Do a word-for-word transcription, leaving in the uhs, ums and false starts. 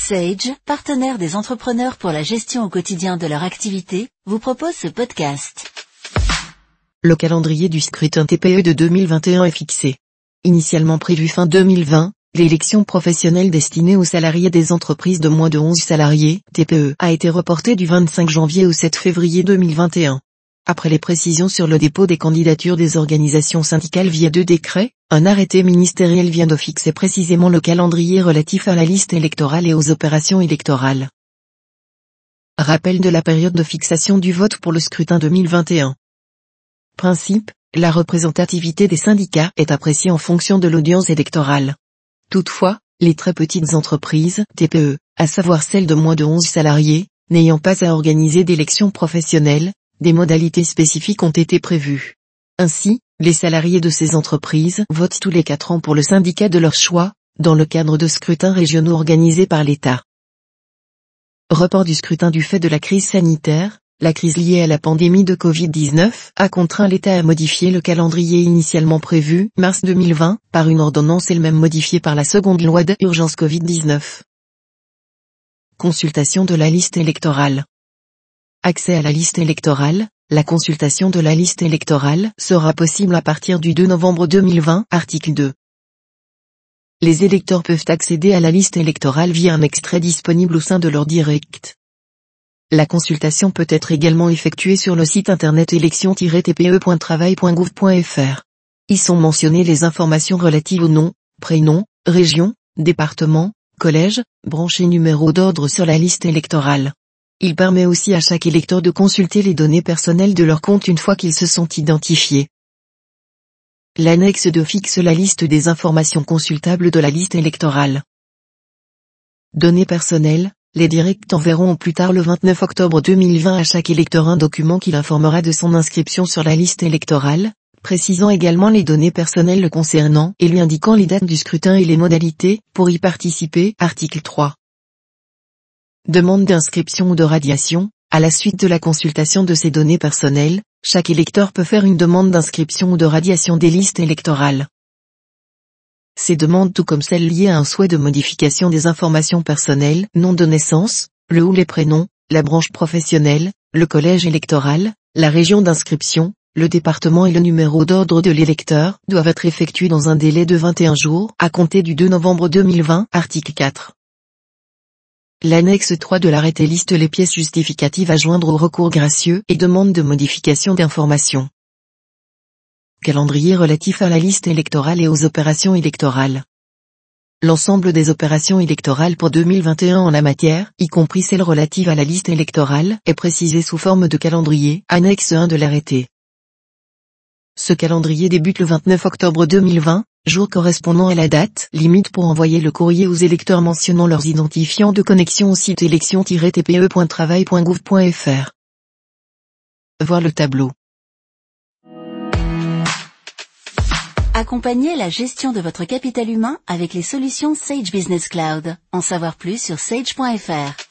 Sage, partenaire des entrepreneurs pour la gestion au quotidien de leur activité, vous propose ce podcast. Le calendrier du scrutin T P E de deux mille vingt et un est fixé. Initialement prévu fin deux mille vingt, l'élection professionnelle destinée aux salariés des entreprises de moins de onze salariés, T P E, a été reportée du vingt-cinq janvier au sept février deux mille vingt et un. Après les précisions sur le dépôt des candidatures des organisations syndicales via deux décrets, un arrêté ministériel vient de fixer précisément le calendrier relatif à la liste électorale et aux opérations électorales. Rappel de la période de fixation du vote pour le scrutin deux mille vingt et un. Principe, la représentativité des syndicats est appréciée en fonction de l'audience électorale. Toutefois, les très petites entreprises, T P E, à savoir celles de moins de onze salariés, n'ayant pas à organiser d'élections professionnelles, des modalités spécifiques ont été prévues. Ainsi, les salariés de ces entreprises votent tous les quatre ans pour le syndicat de leur choix, dans le cadre de scrutins régionaux organisés par l'État. Report du scrutin du fait de la crise sanitaire. La crise liée à la pandémie de covid dix-neuf a contraint l'État à modifier le calendrier initialement prévu, mars deux mille vingt, par une ordonnance elle-même modifiée par la seconde loi d'urgence covid dix-neuf. Consultation de la liste électorale. Accès à la liste électorale. La consultation de la liste électorale sera possible à partir du deux novembre deux mille vingt, article deux. Les électeurs peuvent accéder à la liste électorale via un extrait disponible au sein de leur direct. La consultation peut être également effectuée sur le site internet élections tiret t p e point travail point gouv point f r. Y sont mentionnées les informations relatives au nom, prénom, région, département, collège, branche et numéro d'ordre sur la liste électorale. Il permet aussi à chaque électeur de consulter les données personnelles de leur compte une fois qu'ils se sont identifiés. L'annexe deux fixe la liste des informations consultables de la liste électorale. Données personnelles. Les directs enverront au plus tard le vingt-neuf octobre deux mille vingt à chaque électeur un document qui l'informera de son inscription sur la liste électorale, précisant également les données personnelles le concernant et lui indiquant les dates du scrutin et les modalités pour y participer, article trois. Demande d'inscription ou de radiation. À la suite de la consultation de ces données personnelles, chaque électeur peut faire une demande d'inscription ou de radiation des listes électorales. Ces demandes tout comme celles liées à un souhait de modification des informations personnelles, nom de naissance, le ou les prénoms, la branche professionnelle, le collège électoral, la région d'inscription, le département et le numéro d'ordre de l'électeur, doivent être effectuées dans un délai de vingt et un jours à compter du deux novembre deux mille vingt, article quatre. L'annexe trois de l'arrêté liste les pièces justificatives à joindre au recours gracieux et demande de modification d'informations. Calendrier relatif à la liste électorale et aux opérations électorales. L'ensemble des opérations électorales pour deux mille vingt et un en la matière, y compris celles relatives à la liste électorale, est précisé sous forme de calendrier, annexe un de l'arrêté. Ce calendrier débute le vingt-neuf octobre deux mille vingt, jour correspondant à la date limite pour envoyer le courrier aux électeurs mentionnant leurs identifiants de connexion au site élections tiret t p e point travail point gouv point f r. Voir le tableau. Accompagnez la gestion de votre capital humain avec les solutions Sage Business Cloud. En savoir plus sur sage point f r.